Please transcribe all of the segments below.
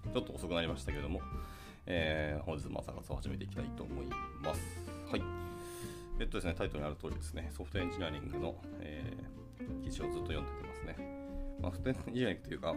ちょっと遅くなりましたけれども、本日も朝活を始めていきたいと思います。はい。ですね、タイトルにある通りですね、ソフトエンジニアリングの、記事をずっと読んでてますね。ソフトエンジニアリングというか、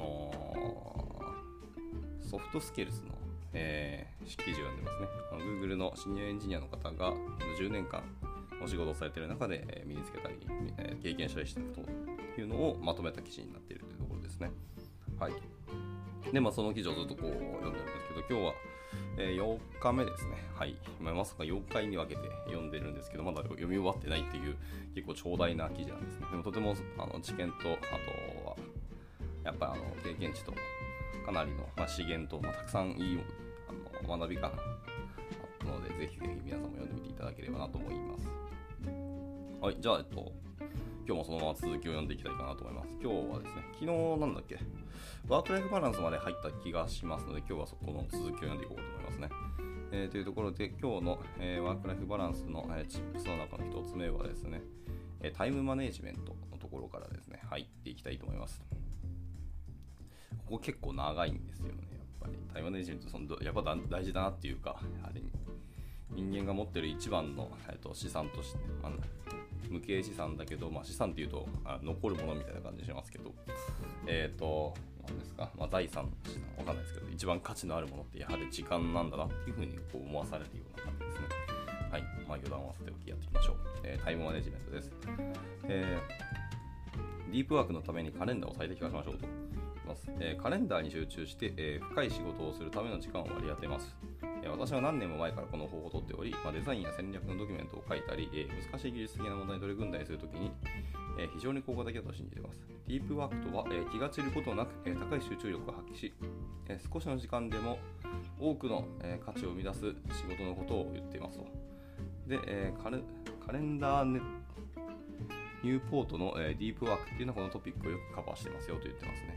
ソフトスキルズの、記事を読んでますね。Google のシニアエンジニアの方が10年間お仕事をされている中で、身につけたり、経験したりしたことというのをまとめた記事になっているというところですね。はい。で、その記事をずっとこう読んでるんですけど、今日は、8日目ですね。はい。まさか4回に分けて読んでるんですけど、まだ読み終わってないっていう結構長大な記事なんですね。でもとても知見と、あとはやっぱり経験値とかなりの、資源と、たくさんいい学びがあったので、ぜひぜひ皆さんも読んでみていただければなと思います。はい。じゃあ、今日もそのまま続きを読んでいきたいかなと思います。今日はですね、昨日ワークライフバランスまで入った気がしますので、今日はそこの続きを読んでいこうと思いますね。というところで、今日の、ワークライフバランスの、チップスの中の一つ目はですね、タイムマネジメントのところからですね、入っていきたいと思います。ここ結構長いんですよね、やっぱり。タイムマネジメント、やっぱ大事だなっていうか、人間が持っている一番の、資産として、無形資産だけど、資産っていうと残るものみたいな感じしますけど、何ですか、財産、資産、わかんないですけど、一番価値のあるものってやはり時間なんだなっていうふうにこう思わされるような感じですね。はい、余談はさておきやっていきましょう。タイムマネジメントです。ディープワークのためにカレンダーを最適化しましょうと言います。カレンダーに集中して、深い仕事をするための時間を割り当てます。私は何年も前からこの方法をとっており、デザインや戦略のドキュメントを書いたり、難しい技術的な問題に取り組んだりするときに、非常に効果的だと信じています。ディープワークとは、気が散ることなく、高い集中力を発揮し、少しの時間でも多くの、価値を生み出す仕事のことを言っていますと。で、カレンダーニューポートの、ディープワークっていうのはこのトピックをよくカバーしてますよと言ってますね。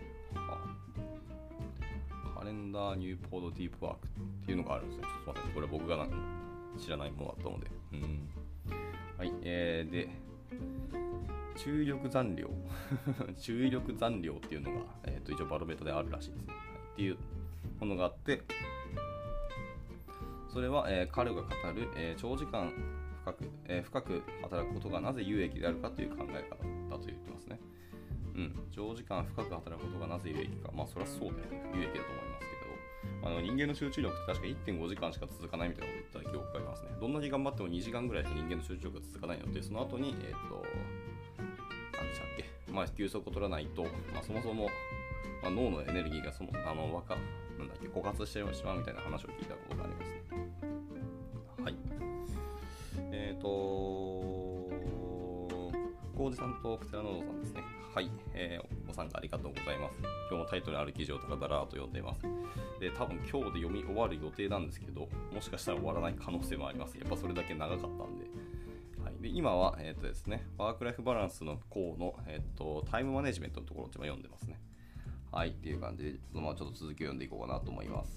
カレンダーニューポートディープワークっていうのがあるんですね。ちょっと待って、これは僕が知らないものだったので。はい、で、注意力残量注意力残量っていうのが、一応バロメーターであるらしいですね。はい、っていうものがあって、それは、彼が語る、長時間深く働くことがなぜ有益であるかという考え方だと言ってますね。長時間深く働くことがなぜ有益か。それはそうだよね。有益だと思いますけど、人間の集中力って確か 1.5 時間しか続かないみたいなことを言った記憶がありますね。どんなに頑張っても2時間ぐらいしか人間の集中力が続かないので、その後に、何でしたっけ、休息を取らないと、そもそも、脳のエネルギーが枯渇してしまうみたいな話を聞いたことがありますね。はい。コウジさんとクセラノードさんですね。はい、ご参加ありがとうございます。今日もタイトルある記事をダラダラと読んでいます。で、多分今日で読み終わる予定なんですけど、もしかしたら終わらない可能性もあります。やっぱそれだけ長かったんで。はい、で今は、ですね、ワークライフバランスの項の、タイムマネジメントのところを今読んでますね。はい、っていう感じで、ちょっと続きを読んでいこうかなと思います。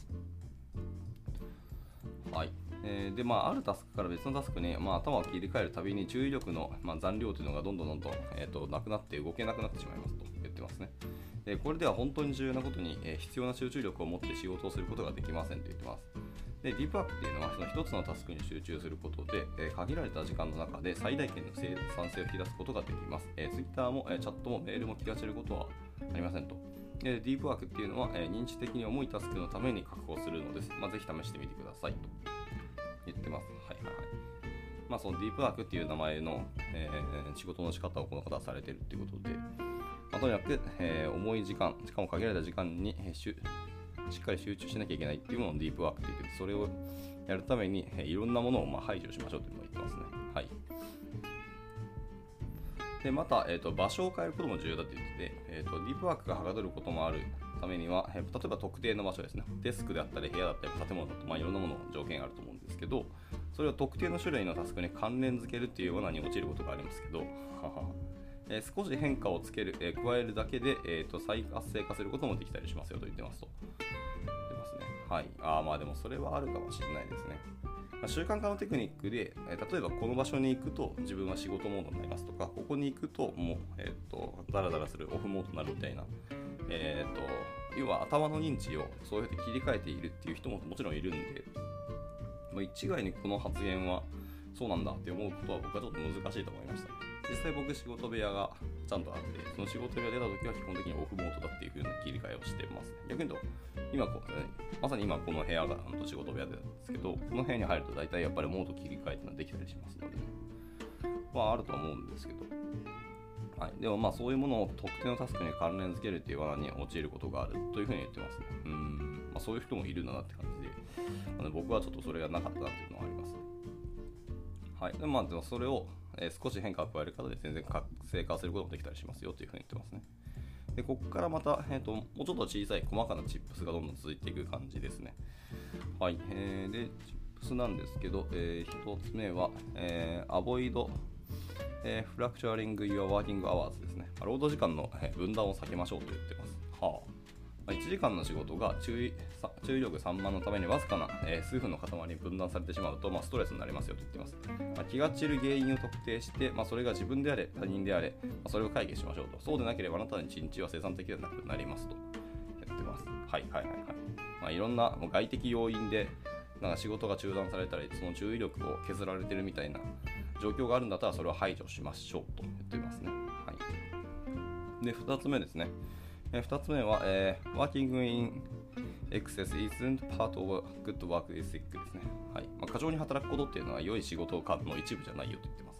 はい。で、あるタスクから別のタスクに、頭を切り替えるたびに注意力の、残量というのがどんどんなくなって動けなくなってしまいますと言ってますね。で、これでは本当に重要なことに、必要な集中力を持って仕事をすることができませんと言ってます。で、ディープワークっていうのはその一つのタスクに集中することで、限られた時間の中で最大限の生産性を引き出すことができます。Twitter も、チャットもメールも気が散ることはありませんと。ディープワークっていうのは、認知的に重いタスクのために確保するのです。ぜひ試してみてくださいと言ってます。はいはいはい。そのディープワークっていう名前の、仕事の仕方をこの方はされているということで、とにかく、重い時間、しかも限られた時間に、しっかり集中しなきゃいけないっていうものをディープワークって言って、それをやるために、いろんなものを排除しましょうというのを言ってますね。はい。で、また、場所を変えることも重要だと言ってて、ディープワークがはかどることもあるためには、例えば特定の場所ですね、デスクであったり部屋だったり建物だと、いろんなものの条件があると思うんですけど、それを特定の種類のタスクに関連づけるっていうようなに陥ることがありますけど、少し変化をつける、加えるだけで、再活性化することもできたりしますよと言ってますと。言ってますね。はい。でもそれはあるかもしれないですね。習慣化のテクニックで、例えばこの場所に行くと自分は仕事モードになりますとか、ここに行くともう、ダラダラするオフモードになるみたいな、 要は頭の認知をそうやって切り替えているっていう人ももちろんいるんで、一概にこの発言はそうなんだって思うことは僕はちょっと難しいと思いました。実際僕仕事部屋がちゃんとあって、その仕事部屋出た時は基本的にオフモードだっていう風な切り替えをしてます。逆に言うとまさに今この部屋が仕事部屋なんですけど、この部屋に入ると大体やっぱりモード切り替えっていうのはできたりしますので、あるとは思うんですけど、でもそういうものを特定のタスクに関連づけるっていう罠に陥ることがあるというふうに言ってますね。そういう人もいるんだなって感じで、僕はちょっとそれがなかったなっていうのはありますね。でもそれを、少し変化を加えることで全然活性化することもできたりしますよというふうに言ってますね。でここからまた、もうちょっと小さい細かなチップスがどんどん続いていく感じですね。でチップスなんですけど、1つ目は、Avoid Fracturing Your Working Hours ですね。労働時間の分断を避けましょうと言ってます。1時間の仕事が注意力散漫のためにわずかな、数分の塊に分断されてしまうと、ストレスになりますよと言ってます。気が散る原因を特定して、それが自分であれ他人であれ、それを解決しましょうと。そうでなければあなたの一日は生産的でなくなりますと言ってます。いろんな外的要因で仕事が中断されたり、その注意力を削られてるみたいな状況があるんだったらそれを排除しましょうと言ってますね。で2つ目ですね。2つ目は、Working in excess isn't part of good work ethic ですね。過剰に働くことっていうのは良い仕事感の一部じゃないよと言ってます。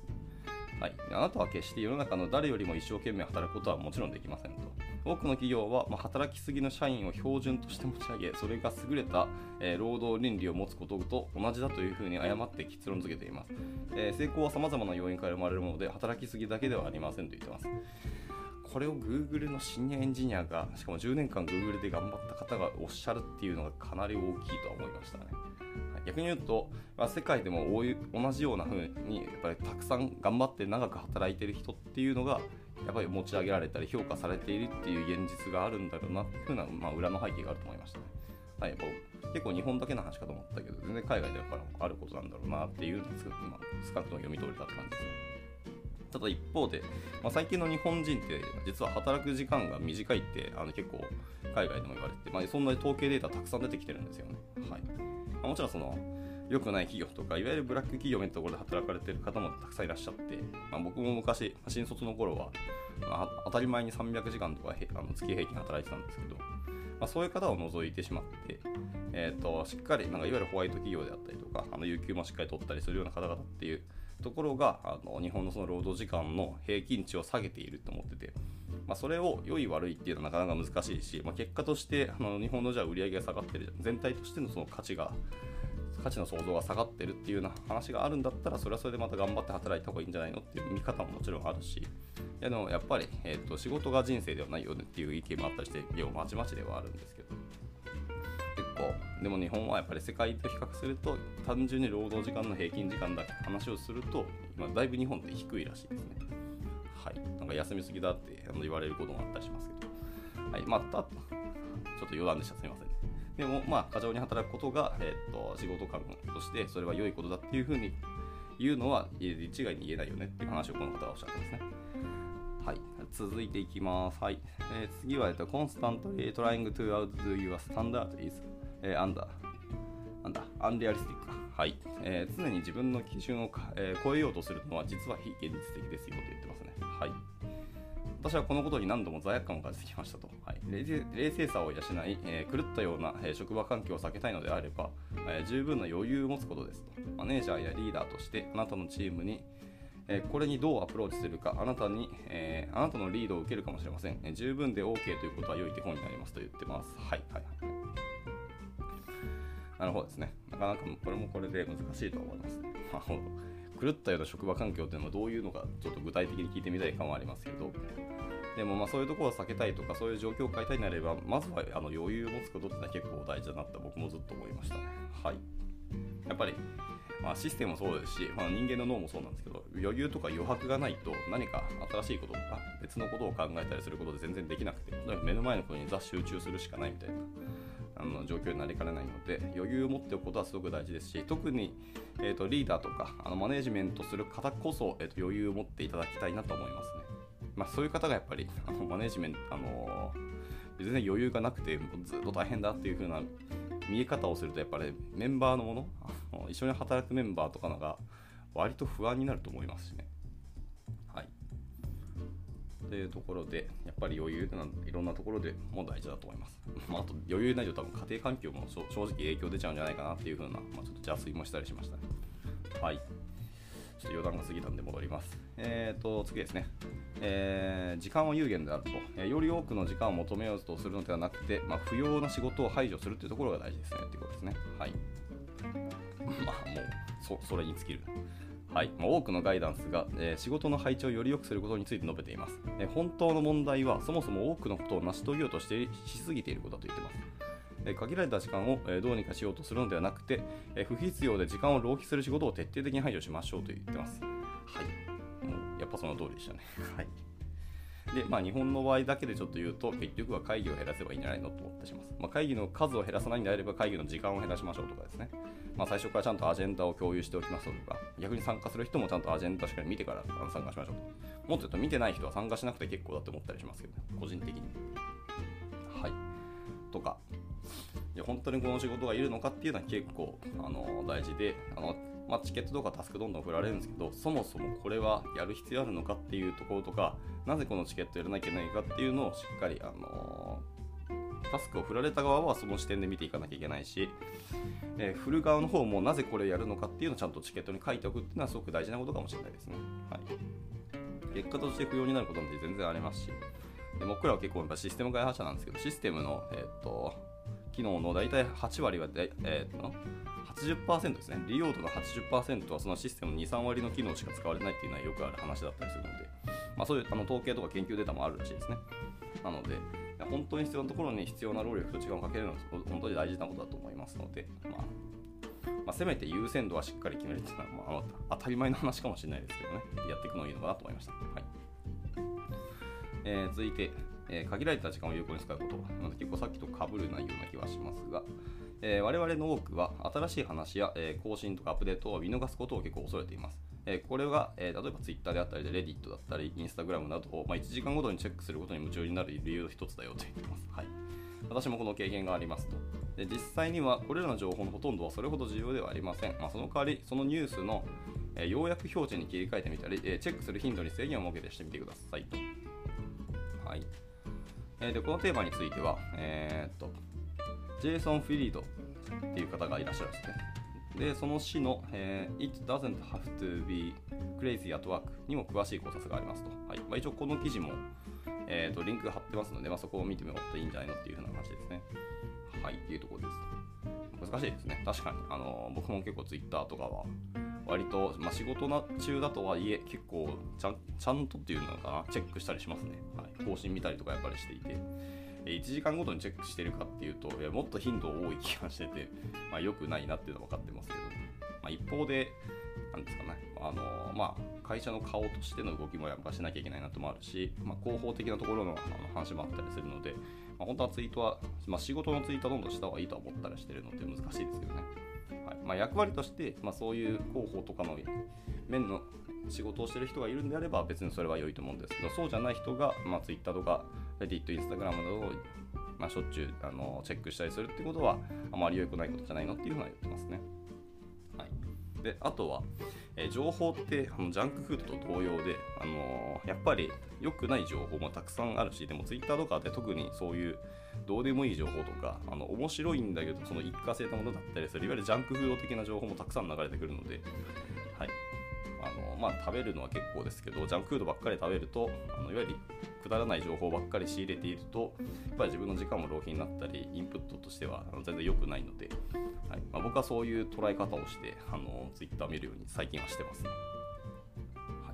あなたは決して世の中の誰よりも一生懸命働くことはもちろんできませんと。多くの企業は、働きすぎの社員を標準として持ち上げ、それが優れた、労働倫理を持つことと同じだというふうに誤って結論付けています。成功は様々な要因から生まれるもので、働きすぎだけではありませんと言ってます。これを Google のシニアエンジニアが、しかも10年間 Google で頑張った方がおっしゃるっていうのがかなり大きいとは思いましたね。逆に言うと、世界でも同じような風にやっぱりたくさん頑張って長く働いている人っていうのがやっぱり持ち上げられたり評価されているっていう現実があるんだろうなっていう風な、裏の背景があると思いましたね。やっぱ結構日本だけの話かと思ったけど、全然海外でやっぱりあることなんだろうなっていうのを少なくとも読み取れたって感じですね。ただ一方で、最近の日本人って実は働く時間が短いって結構海外でも言われてて、そんな統計データたくさん出てきてるんですよね。もちろんその良くない企業とかいわゆるブラック企業のところで働かれている方もたくさんいらっしゃって、僕も昔新卒の頃は、当たり前に300時間とか月平均働いてたんですけど、そういう方を除いてしまって、しっかりいわゆるホワイト企業であったりとか有給もしっかり取ったりするような方々っていうところが日本のその労働時間の平均値を下げていると思ってて、それを良い悪いっていうのはなかなか難しいし、結果として日本のじゃあ売り上げが下がってる、全体としてのその価値の創造が下がってるっていうような話があるんだったら、それはそれでまた頑張って働いた方がいいんじゃないのっていう見方ももちろんあるし、でもやっぱり、仕事が人生ではないよねっていう意見もあったりして、まちまちではあるんですけど、結構でも日本はやっぱり世界と比較すると単純に労働時間の平均時間だけ話をすると今だいぶ日本って低いらしいですね。休みすぎだって言われることもあったりしますけど、ちょっと余談でした、すみません。でも過剰に働くことが、仕事感としてそれは良いことだっていうふうに言うのは一概に言えないよねっていう話をこの方はおっしゃってますね。続いていきます。次はconstantly trying to outdo your standard is unrealistic。常に自分の基準を超えようとするのは実は非現実的ですよと言ってますね。私はこのことに何度も罪悪感を感じてきましたと。冷静さを養い、狂ったような、職場環境を避けたいのであれば、十分な余裕を持つことですと。マネージャーやリーダーとしてあなたのチームにこれにどうアプローチするか、あなたのリードを受けるかもしれません。十分で OK ということは良い手本になりますと言ってます。なるほどですね。なかなかこれもこれで難しいと思いますね。狂ったような職場環境というのはどういうのかちょっと具体的に聞いてみたい感はありますけど、でもそういうところを避けたいとかそういう状況を変えたいなれば、まずは余裕を持つことってのは結構大事だなって僕もずっと思いましたね。やっぱりシステムもそうですし、人間の脳もそうなんですけど、余裕とか余白がないと何か新しいこととか別のことを考えたりすることで全然できなくて、目の前のことに集中するしかないみたいな状況になりかねないので、余裕を持っておくことはすごく大事ですし、特に、リーダーとかマネージメントする方こそ、余裕を持っていただきたいなと思いますね。そういう方がやっぱりマネージメント全然余裕がなくてずっと大変だっていう風な見え方をすると、やっぱりメンバーのもの一緒に働くメンバーとかのが割と不安になると思いますしね。はい。というところで、やっぱり余裕ってのはいろんなところでも大事だと思います。あと余裕ないと多分家庭環境も正直影響出ちゃうんじゃないかなっていう風な、ちょっと邪推もしたりしましたね。はい。ちょっと余談が過ぎたんで戻ります。次ですね。時間は有限であると、より多くの時間を求めようとするのではなくて、不要な仕事を排除するというところが大事ですねっていうことですね。はい。もうそれに尽きる。はい。多くのガイダンスが、仕事の配置をより良くすることについて述べています。本当の問題はそもそも多くのことを成し遂げようとしすぎていることだと言っています。限られた時間をどうにかしようとするのではなくて、不必要で時間を浪費する仕事を徹底的に排除しましょうと言っています。はい。もうやっぱその通りでしたね。はい。で、日本の場合だけでちょっと言うと、結局は会議を減らせばいいんじゃないのと思ってします。会議の数を減らさないんであれば、会議の時間を減らしましょうとかですね。最初からちゃんとアジェンダを共有しておきますとか、逆に参加する人もちゃんとアジェンダしっかり見てから参加しましょうと。もっと言うと見てない人は参加しなくて結構だって思ったりしますけどね、個人的に。はい。とか。本当にこの仕事がいるのかっていうのは結構大事で、チケットとかタスクどんどん振られるんですけど、そもそもこれはやる必要あるのかっていうところとか、なぜこのチケットやらなきゃいけないかっていうのをしっかりタスクを振られた側はその視点で見ていかなきゃいけないし、振る側の方もなぜこれをやるのかっていうのをちゃんとチケットに書いておくっていうのはすごく大事なことかもしれないですね。はい。結果として不要になることって全然ありますし、で僕らは結構やっぱシステム開発者なんですけど、システムの機能の大体8割は80% ですね。利用度の 80% はそのシステムの 2,3 割の機能しか使われないっていうのはよくある話だったりするので、そういう統計とか研究データもあるらしいですね。なので、本当に必要なところに必要な労力と時間をかけるのは本当に大事なことだと思いますので、せめて優先度はしっかり決めるっていうのは、当たり前の話かもしれないですけどね、やっていくのがいいのかなと思いました。はい。続いて、限られた時間を有効に使うこと、結構さっきと被る内容な気はしますが、我々の多くは新しい話や、更新とかアップデートを見逃すことを結構恐れています。これが、例えば Twitter であったり、Reddit だったり、Instagram などを、1時間ごとにチェックすることに夢中になる理由の一つだよと言っています。はい。私もこの経験がありますと。で、実際にはこれらの情報のほとんどはそれほど重要ではありません。その代わり、そのニュースの、要約表示に切り替えてみたり、チェックする頻度に制限を設けてしてみてくださいと。はい。でこのテーマについては、ジェイソン・フィリードっていう方がいらっしゃるんですね。で、その詩の、It doesn't have to be crazy at work にも詳しい考察がありますと。はい。一応この記事も、リンクが貼ってますので、そこを見てみようといいんじゃないのっていう風な話ですね。はい、っていうところです。難しいですね。確かに。僕も結構 Twitter とかは割と、仕事中だとはいえ結構ちゃんとっていうのかな、チェックしたりしますね。はい、更新見たりとかやっぱりしていて、1時間ごとにチェックしてるかっていうと、もっと頻度多い気がしてて、良くないなっていうのは分かってますけど、一方で、なんですかね、会社の顔としての動きもやっぱしなきゃいけないなともあるし、広報的なところの話もあったりするので、本当はツイートは、仕事のツイートはどんどんした方がいいとは思ったりしてるので難しいですけどね。はい。役割として、そういう広報とかの面の仕事をしてる人がいるんであれば別にそれは良いと思うんですけど、そうじゃない人が、Twitter とか Reddit、Instagram などを、しょっちゅうチェックしたりするってことはあまり良くないことじゃないのっていうのは言ってますね。はい。で、あとは、情報ってジャンクフードと同様で、やっぱり良くない情報もたくさんあるし、でも Twitter とかで特にそういうどうでもいい情報とか面白いんだけどその一過性のものだったりするいわゆるジャンクフード的な情報もたくさん流れてくるので、はい。食べるのは結構ですけど、ジャンクフードばっかり食べるといわゆるくだらない情報ばっかり仕入れているとやっぱり自分の時間も浪費になったりインプットとしては全然良くないので、はい。僕はそういう捉え方をしてTwitter 見るように最近はしてますね。はい。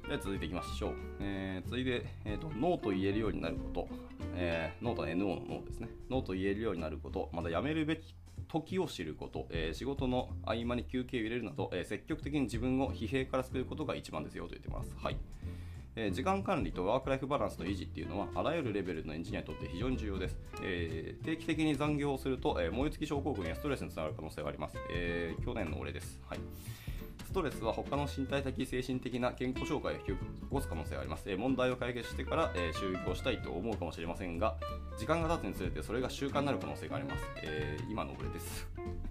では続いていきましょう。続いて、ノーと言えるようになること、ノーとは NO のノーですね。ノーと言えるようになること、まだやめるべき時を知ること、仕事の合間に休憩を入れるなど、積極的に自分を疲弊から救うことが一番ですよと言ってます。はい。 時間管理とワークライフバランスの維持っていうのはあらゆるレベルのエンジニアにとって非常に重要です。定期的に残業をすると、燃え尽き症候群やストレスにつながる可能性があります。去年の俺です。はい。ストレスは他の身体的、精神的な健康障害を引き起こす可能性があります。問題を解決してから、就業したいと思うかもしれませんが、時間が経つにつれてそれが習慣になる可能性があります。今の俺です。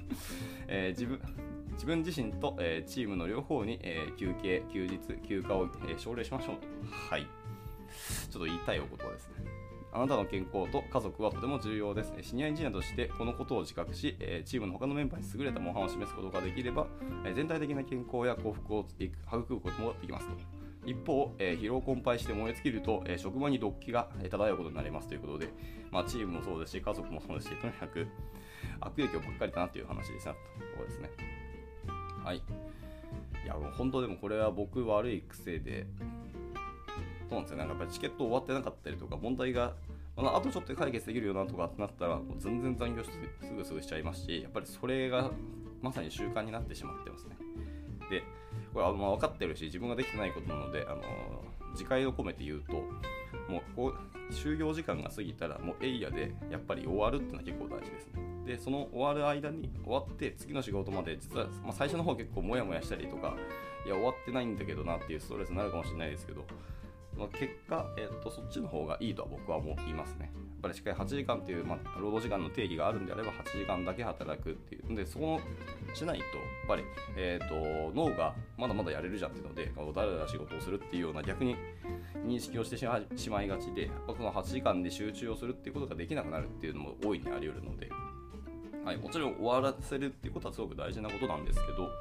自分自身と、チームの両方に、休憩、休日、休暇を、奨励しましょう。はい。ちょっと言いたいお言葉ですね。あなたの健康と家族はとても重要です。シニアエンジニアとしてこのことを自覚し、チームの他のメンバーに優れた模範を示すことができれば、全体的な健康や幸福を育むこともできますと。一方、疲労困憊して燃え尽きると、職場に毒気が漂うことになりますということで、チームもそうですし、家族もそうですし、とにかく悪影響ばっかりだなという話ですね。そうですね。はい。いや、もう本当でもこれは僕悪い癖で、そうなんですよね。やっぱりチケット終わってなかったりとか、問題が、あとちょっと解決できるよなとかってなったら、もう全然残業すぐしちゃいますし、やっぱりそれがまさに習慣になってしまってますね。で、これは分かってるし、自分ができてないことなので、自戒を込めて言うと、もう就業時間が過ぎたら、もうエイヤでやっぱり終わるっていうのは結構大事ですね。で、その終わる間に終わって次の仕事まで、実は、最初の方結構モヤモヤしたりとか、いや終わってないんだけどなっていうストレスになるかもしれないですけど、結果、そっちの方がいいとは僕は思いますね。やっぱりしっかり8時間という、労働時間の定義があるんであれば8時間だけ働くっていうで、そうしないとやっぱり、脳がまだまだやれるじゃんっていうのでだらだら仕事をするっていうような逆に認識をしてしまいがちで、この8時間で集中をするっていうことができなくなるっていうのも大いにあり得るので、はい、もちろん終わらせるっていうことはすごく大事なことなんですけど、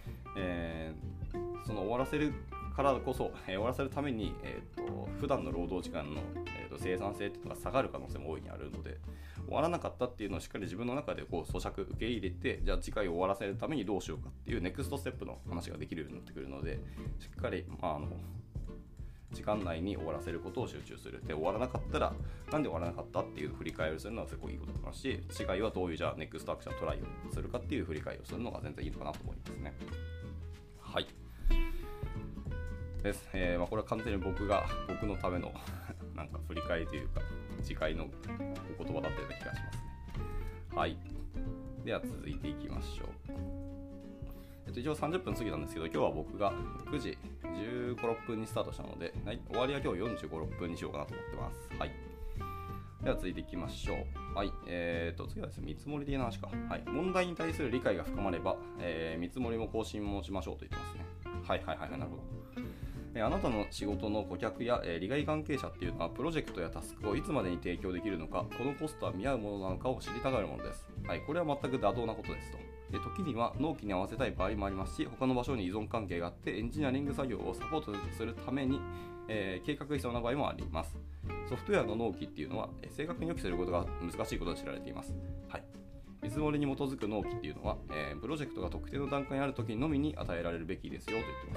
その終わらせるからこそ、終わらせるために、普段の労働時間の、生産性っていうのが下がる可能性も大いにあるので、終わらなかったっていうのをしっかり自分の中でこう咀嚼受け入れて、じゃあ次回終わらせるためにどうしようかっていうネクストステップの話ができるようになってくるので、しっかり、時間内に終わらせることを集中する。で、終わらなかったらなんで終わらなかったっていう振り返りをするのはすごくいいことだと思いますし、次回はどういうじゃあネクストアクショントライをするかっていう振り返りをするのが全然いいのかなと思いますね。はいです。これは完全に僕のためのなんか振り返りというか次回のお言葉だったような気がしますね。はい。では続いていきましょう。一応30分過ぎたんですけど、今日は僕が9時15、6分にスタートしたので、終わりは今日45、6分にしようかなと思ってます。はい。では続いていきましょう。はい。次はですね、見積もり的な話か。はい。問題に対する理解が深まれば、見積もりも更新もしましょうと言ってますね。はい、なるほど。あなたの仕事の顧客や利害関係者っていうのはプロジェクトやタスクをいつまでに提供できるのか、このコストは見合うものなのかを知りたがるものです。はい、これは全く妥当なことですと。で、時には納期に合わせたい場合もありますし、他の場所に依存関係があってエンジニアリング作業をサポートするために、計画が必要な場合もあります。ソフトウェアの納期っていうのは正確に予期することが難しいことで知られています。はい。見積もりに基づく納期っていうのは、プロジェクトが特定の段階にあるときのみに与えられるべきですよと言ってます。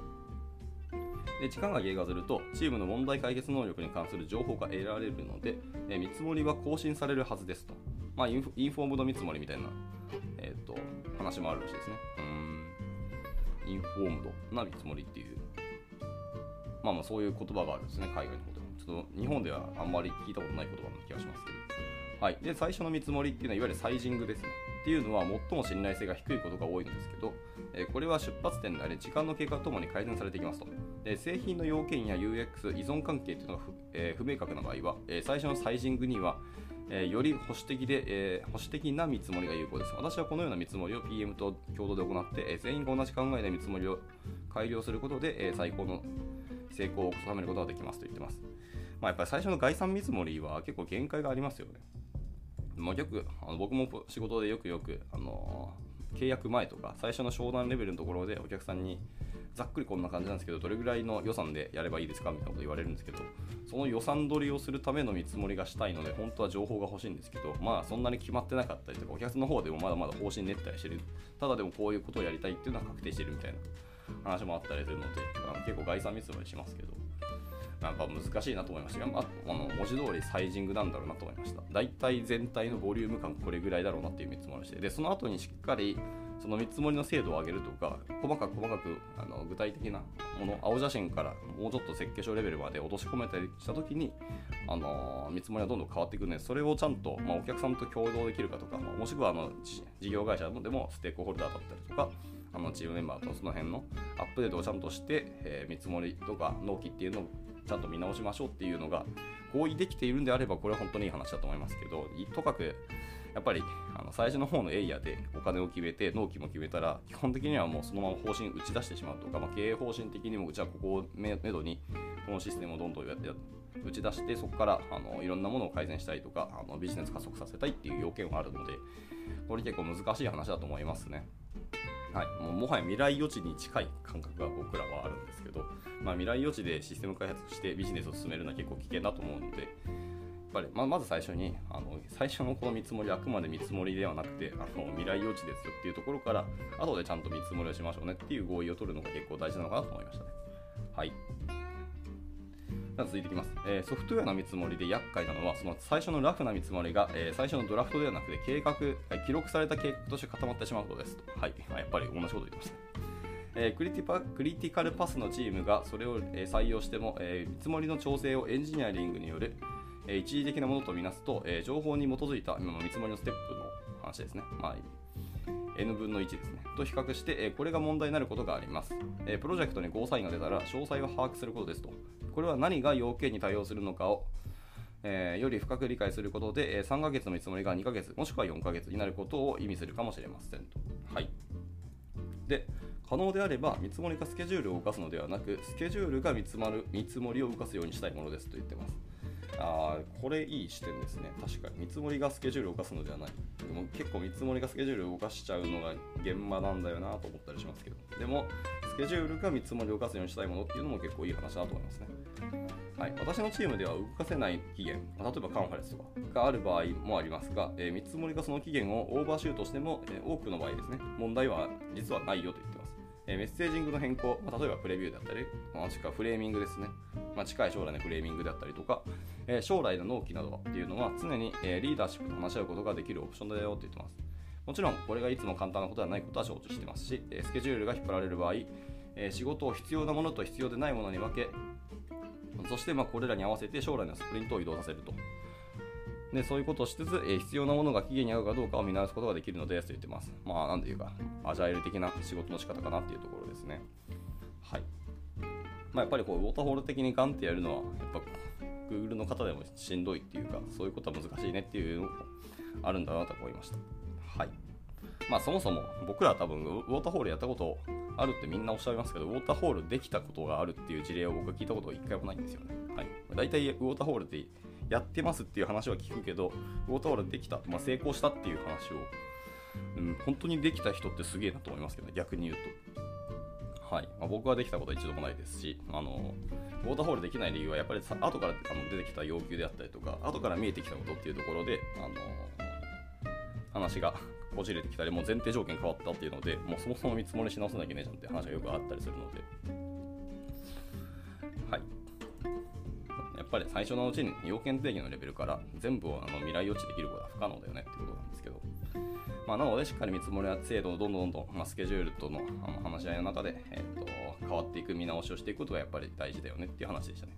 で、時間が経過するとチームの問題解決能力に関する情報が得られるので、見積もりは更新されるはずですと。インフォームド見積もりみたいな、話もあるらしいですね。インフォームドな見積もりっていう、そういう言葉があるんですね、海外のことでも。ちょっと日本ではあんまり聞いたことない言葉な気がしますけど。はい。で、最初の見積もりっていうのは、いわゆるサイジングですね。っていうのは最も信頼性が低いことが多いんですけど、これは出発点であり、時間の経過とともに改善されていきますと。で、製品の要件や UX、依存関係というのが不明確な場合は、最初のサイジングには、より保守的な見積もりが有効です。私はこのような見積もりを PM と共同で行って、全員が同じ考えで見積もりを改良することで、最高の成功を収めることができますと言ってます。やっぱり最初の概算見積もりは結構限界がありますよね。僕も仕事でよく契約前とか最初の商談レベルのところでお客さんにざっくりこんな感じなんですけど、どれぐらいの予算でやればいいですかみたいなこと言われるんですけど、その予算取りをするための見積もりがしたいので本当は情報が欲しいんですけど、そんなに決まってなかったりとか、お客さんの方でもまだまだ方針練ったりしてる、ただでもこういうことをやりたいっていうのは確定してるみたいな話もあったりするので、結構概算見積もりしますけど、なんか難しいなと思いましたが、文字通りサイジングなんだろうなと思いました。だいたい全体のボリューム感これぐらいだろうなっていう見積もりをして、でその後にしっかりその見積もりの精度を上げるとか、細かく具体的なもの、青写真からもうちょっと設計書レベルまで落とし込めたりしたときに、見積もりはどんどん変わっていくので、それをちゃんと、お客さんと共同できるかとか、もしくは事業会社でもステークホルダーだったりとか、チームメンバーとその辺のアップデートをちゃんとして、見積もりとか納期っていうのをちゃんと見直しましょうっていうのが合意できているんであれば、これは本当にいい話だと思いますけど、とかくやっぱり最初の方のエリアでお金を決めて納期も決めたら、基本的にはもうそのまま方針打ち出してしまうとか、経営方針的にもじゃあここをめどにこのシステムをどんどん打ち出して、そこからいろんなものを改善したいとかビジネス加速させたいっていう要件はあるので、これ結構難しい話だと思いますね。はい、もはや未来予知に近い感覚が僕らはあるんですけど、未来予知でシステム開発してビジネスを進めるのは結構危険だと思うので、やっぱりまず最初に最初のこの見積もりはあくまで見積もりではなくて未来予知ですよっていうところから、後でちゃんと見積もりをしましょうねっていう合意を取るのが結構大事なのかなと思いましたね。はい。続いていきます。ソフトウェアの見積もりで厄介なのは、その最初のラフな見積もりが、最初のドラフトではなくて記録された計画として固まってしまうことですと。はい。やっぱり同じこと言ってました。クリティカルパスのチームがそれを採用しても、見積もりの調整をエンジニアリングによる一時的なものとみなすと、情報に基づいた見積もりのステップの話ですね。N 分の1ですね。と比較して、これが問題になることがあります。プロジェクトにゴーサインが出たら詳細を把握することですと。これは何が要件に対応するのかを、より深く理解することで、3ヶ月の見積もりが2ヶ月もしくは4ヶ月になることを意味するかもしれませんと。はい。で、可能であれば見積もりがスケジュールを動かすのではなく、スケジュールが見積もりを動かすようにしたいものですと言ってます。これいい視点ですね。確かに見積もりがスケジュールを動かすのではない。でも結構見積もりがスケジュールを動かしちゃうのが現場なんだよなと思ったりしますけど、でもスケジュールが見積もりを動かすようにしたいものっていうのも結構いい話だと思いますね。はい、私のチームでは動かせない期限、例えばカンファレンスとかがある場合もありますが、見積もりがその期限をオーバーシュートしても、多くの場合ですね、問題は実はないよと言ってます。メッセージングの変更、例えばプレビューだったり、フレーミングですね、近い将来のフレーミングだったりとか、将来の納期などっていうのは常に、リーダーシップと話し合うことができるオプションだよって言ってます。もちろんこれがいつも簡単なことではないことは承知してますし、スケジュールが引っ張られる場合、仕事を必要なものと必要でないものに分け、そしてこれらに合わせて将来のスプリントを移動させると。でそういうことをしつつ、必要なものが期限に合うかどうかを見直すことができるのですと言ってます。なんていうか、アジャイル的な仕事の仕方かなっていうところですね。はい。やっぱりウォーターホール的にガンってやるのは、やっぱ Google の方でもしんどいっていうか、そういうことは難しいねっていうのもあるんだなと思いました。はい。そもそも僕らは多分ウォーターホールやったことあるってみんなおっしゃいますけど、ウォーターホールできたことがあるっていう事例を僕は聞いたことが一回もないんですよね。はい。大体ウォーターホールでやってますっていう話は聞くけど、ウォーターホールできた、成功したっていう話を、本当にできた人ってすげえなと思いますけど、逆に言うと。はい。僕はできたことは一度もないですし、ウォーターホールできない理由はやっぱり後から出てきた要求であったりとか、後から見えてきたことっていうところで、話がこじれてきたり、もう前提条件変わったっていうので、もうそもそも見積もりし直さなきゃいけないじゃんって話がよくあったりするので、はい。やっぱり最初のうちに要件定義のレベルから全部を未来予知できることは不可能だよねっていうことなんですけど、なのでしっかり見積もりや制度をどんどんスケジュールとの話し合いの中で、変わっていく見直しをしていくことがやっぱり大事だよねっていう話でしたね。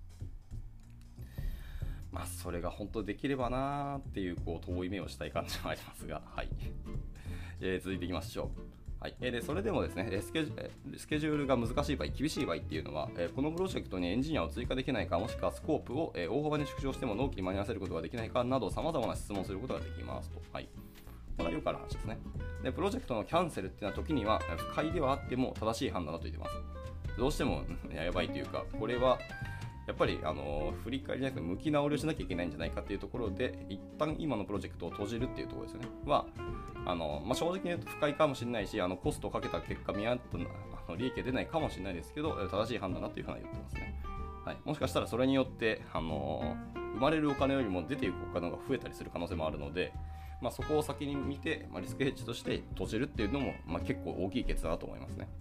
それが本当にできればなーっていう遠い目をしたい感じはありますが、はい。続いていきましょう。はい、でそれでもですね、スケジュールが難しい場合、厳しい場合っていうのは、このプロジェクトにエンジニアを追加できないか、もしくはスコープを、大幅に縮小しても納期に間に合わせることができないかなど、様々な質問をすることができますと。はい。これはよくある話ですね。で、プロジェクトのキャンセルっていうのは時には不快ではあっても正しい判断だと言ってます。どうしてもやばいというか、これはやっぱり振り返りじゃなくて向き直りをしなきゃいけないんじゃないかっていうところで、一旦今のプロジェクトを閉じるっていうところですよね。正直に言うと不快かもしれないし、コストをかけた結果見合った利益が出ないかもしれないですけど、正しい判断だっていうふうに言ってますね。はい、もしかしたらそれによって生まれるお金よりも出ていくお金が増えたりする可能性もあるので、そこを先に見て、リスクヘッジとして閉じるっていうのも、結構大きい決断だと思いますね。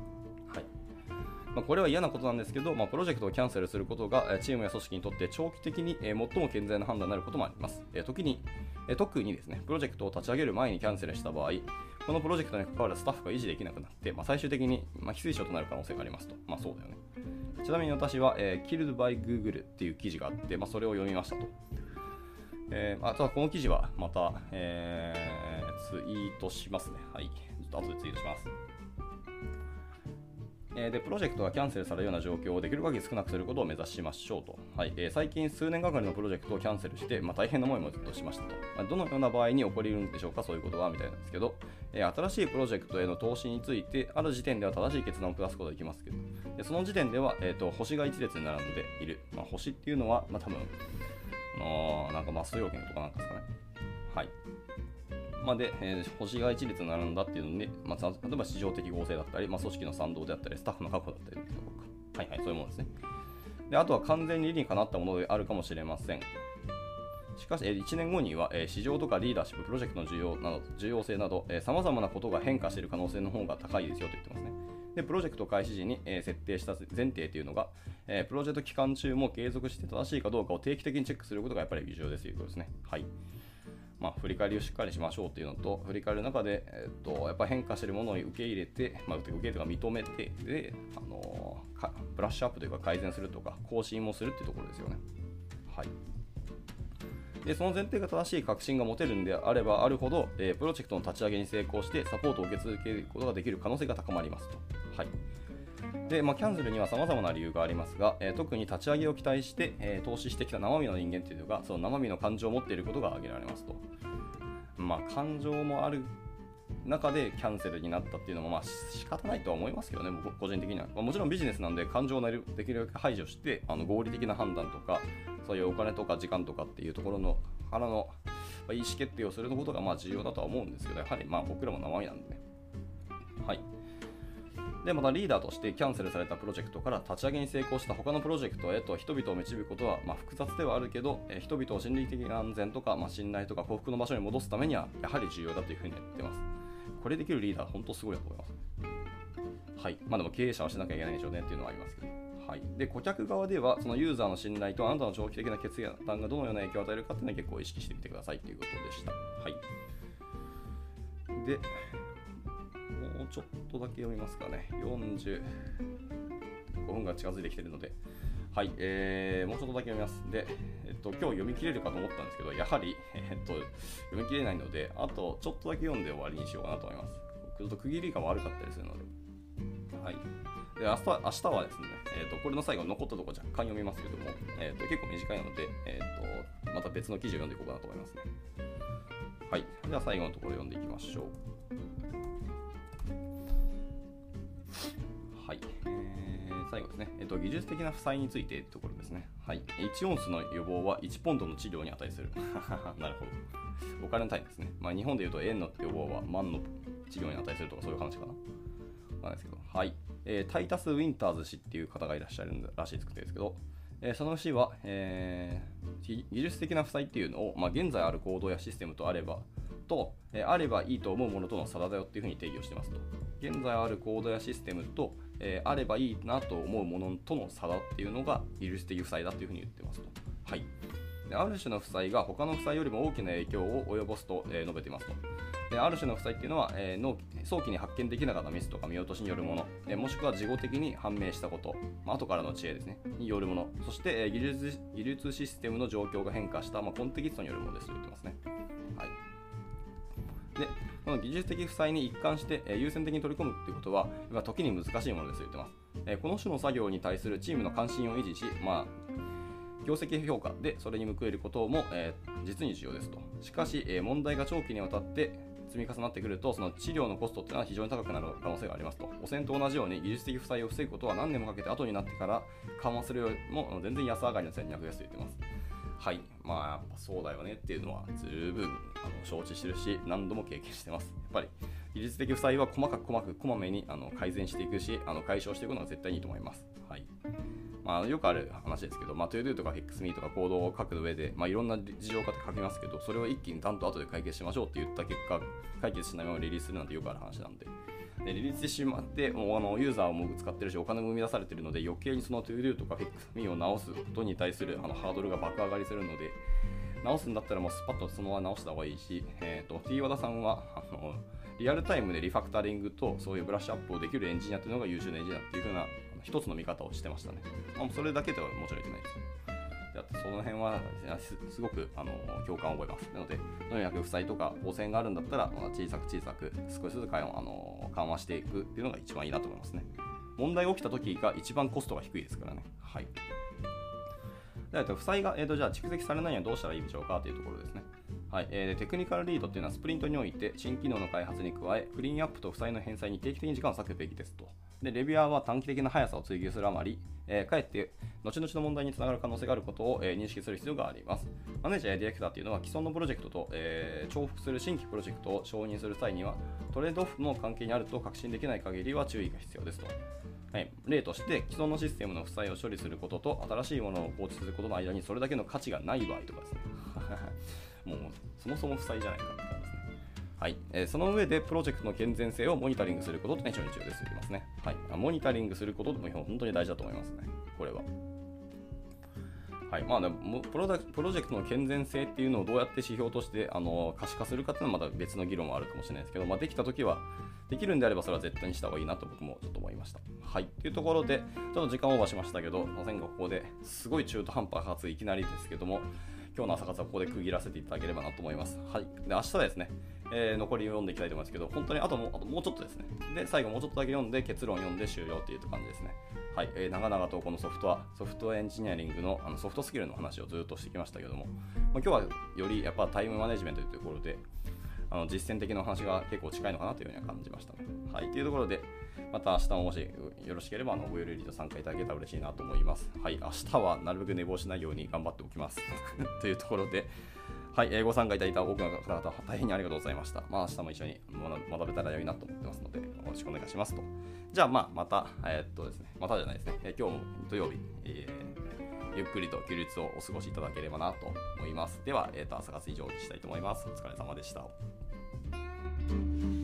これは嫌なことなんですけど、プロジェクトをキャンセルすることがチームや組織にとって長期的に最も健全な判断になることもあります。特にですね、プロジェクトを立ち上げる前にキャンセルした場合、 このプロジェクトに関わるスタッフが維持できなくなって、最終的に、非推奨となる可能性がありますと。そうだよね。ちなみに私は、Killed by Google っていう記事があって、それを読みましたと。あとはこの記事はまた、ツイートしますね。はい。ちょっと後でツイートします。でプロジェクトがキャンセルされるような状況をできる限り少なくすることを目指しましょうと。はい。最近数年がかりのプロジェクトをキャンセルして、大変な思いもずっとしましたと。どのような場合に起こり得るんでしょうか、そういうことはみたいなんですけど、新しいプロジェクトへの投資について、ある時点では正しい決断を下すことができますけど、その時点では、星が一列に並んでいる。星っていうのは、多分、なんかマスト要件とかなんかですかね。はい。で、星が一列並んだっていうので、例えば市場的合成だったり、組織の賛同であったり、スタッフの確保だったりとか、そういうものですね。で、あとは完全に理にかなったものであるかもしれません。しかし、1年後には、市場とかリーダーシップ、プロジェクトの重要性など、様々なことが変化している可能性の方が高いですよと言ってますね。で、プロジェクト開始時に、設定した前提というのが、プロジェクト期間中も継続して正しいかどうかを定期的にチェックすることがやっぱり重要ですということですね。はい。振り返りをしっかりしましょうというのと、振り返る中で、やっぱ変化しているものを受け入れて、受け入れとか認めて、で、ブラッシュアップというか改善するとか、更新もするっていうところですよね。はい。で、その前提が正しい確信が持てるんであればあるほど、プロジェクトの立ち上げに成功してサポートを受け続けることができる可能性が高まりますと。はい。で、キャンセルには様々な理由がありますが、特に立ち上げを期待して、投資してきた生身の人間というのが、その生身の感情を持っていることが挙げられますと。感情もある中でキャンセルになったっていうのも仕方ないとは思いますけどね、僕個人的には。もちろんビジネスなんで感情をできるだけ排除して、合理的な判断とか、そういうお金とか時間とかっていうところの腹の意思決定をすることが重要だとは思うんですけど、やはり僕らも生身なんでね。はい。で、またリーダーとしてキャンセルされたプロジェクトから立ち上げに成功した他のプロジェクトへと人々を導くことは複雑ではあるけど、人々を心理的な安全とか、信頼とか幸福の場所に戻すためにはやはり重要だというふうに言ってます。これできるリーダー本当すごいなと思います。はい。でも経営者はしなきゃいけないでしょうねっていうのはありますけど。はい。で、顧客側ではそのユーザーの信頼とあなたの長期的な決断がどのような影響を与えるかっていうのは結構意識してみてくださいということでした。はい。で、もうちょっとだけ読みますかね。45分が近づいてきているので、はい、もうちょっとだけ読みます。で、今日読み切れるかと思ったんですけど、やはり、読み切れないので、あとちょっとだけ読んで終わりにしようかなと思います。ちょっと区切りが悪かったりするので。はい。で、明日はですね、これの最後残ったところ若干読みますけども、結構短いので、また別の記事を読んでいこうかなと思いますね。はい。では最後のところ読んでいきましょう。はい。最後ですね。技術的な負債についてというところですね。はい。1オンスの予防は1ポンドの治療に値する。なるほど。お金の単位ですね。日本でいうと円の予防は万の治療に値するとかそういう話かな。なんですけど。はい。タイタス・ウィンターズ氏っていう方がいらっしゃるらしいですけど、その氏は、技術的な負債っていうのを、現在ある行動やシステムとあればいいと思うものとの差だよっていうふうに定義をしてますと。現在あるコードやシステムと、あればいいなと思うものとの差だっていうのが技術的負債だというふうに言ってますと。はい。で、ある種の負債が他の負債よりも大きな影響を及ぼすと、述べていますと。で、ある種の負債っていうのは、早期に発見できなかったミスとか見落としによるもの、もしくは事後的に判明したこと、後からの知恵ですね、によるもの、そして、技術システムの状況が変化した、コンテキストによるものですと言ってますね。はい。で、この技術的負債に一貫して、優先的に取り込むということは、時に難しいものですと言ってます。この種の作業に対するチームの関心を維持し、業績評価でそれに報えることも、実に重要ですと。しかし、問題が長期にわたって積み重なってくると、その治療のコストというのは非常に高くなる可能性がありますと。汚染と同じように技術的負債を防ぐことは何年もかけて後になってから緩和するよりも全然安上がりの戦略ですと言ってます。はい。やっぱそうだよねっていうのは十分承知してるし、何度も経験してます。やっぱり技術的負債は細かくこまめに改善していくし、解消していくのが絶対にいいと思います。はい。よくある話ですけど、ToDo とか FixMe とかコードを書く上で、いろんな事情が書きますけど、それを一気に担当後で解決しましょうって言った結果、解決しないままリリースするなんてよくある話なんで。でリリースしてしまって、もうユーザーも使ってるし、お金も生み出されてるので、余計にその ToDo とか FixMe を直すことに対するハードルが爆上がりするので、直すんだったらもうスパッとそのまま直した方がいいし、T 和田さんはリリアルタイムでリファクタリングとそういうブラッシュアップをできるエンジニアっていうのが優秀なエンジニアっていう風な一つの見方をしてましたね。それだけではもちろん言ってないですけど、その辺はすごく共感を覚えます。なので、とにかく負債とか汚染があるんだったら、小さく少しずつ緩和していくっていうのが一番いいなと思いますね。問題が起きた時が一番コストが低いですからね。はい。で、負債が、じゃあ蓄積されないにはどうしたらいいでしょうかというところですね。はい。テクニカルリードっていうのはスプリントにおいて新機能の開発に加え、クリーンアップと負債の返済に定期的に時間を割くべきですと。で、レビュアーは短期的な速さを追求するあまり、かえって後々の問題につながる可能性があることを、認識する必要があります。マネージャーやディレクターというのは既存のプロジェクトと、重複する新規プロジェクトを承認する際にはトレードオフの関係にあると確信できない限りは注意が必要ですと。はい、例として既存のシステムの負債を処理することと新しいものを構築することの間にそれだけの価値がない場合とかですねもうそもそも負債じゃないかって感じですね。はい、その上でプロジェクトの健全性をモニタリングすることと非常に重要ですと言いますね。はい、モニタリングすることも本当に大事だと思いますね、これは。はい、プロジェクトの健全性っていうのをどうやって指標として可視化するかっていうのはまた別の議論はあるかもしれないですけど、できたときは、できるんであればそれは絶対にした方がいいなと僕もちょっと思いました。はい、というところで、ちょっと時間オーバーしましたけど、ませんがここですごい中途半端かついきなりですけども、今日の朝活はここで区切らせていただければなと思います。はい、で明日はですね、残りを読んでいきたいと思いますけど、本当にあともうちょっとですね。で、最後もうちょっとだけ読んで結論読んで終了っていう感じですね。はい、長々とこのソフトウェアエンジニアリングのソフトスキルの話をずっとしてきましたけども、今日はよりやっぱタイムマネジメントというところで、実践的な話が結構近いのかなというふうには感じましたね。はい、というところで、また明日ももしよろしければご有料リード参加いただけたら嬉しいなと思います。はい、明日はなるべく寝坊しないように頑張っておきます。というところで、はい、ご参加いただいた多くの方々、大変にありがとうございました。明日も一緒に学べたらいいなと思ってますので、よろしくお願いしますと。じゃあ、また、ですね、またじゃないですね、今日も土曜日、ゆっくりと休日をお過ごしいただければなと思います。では、朝活以上にしたいと思います。お疲れ様でした。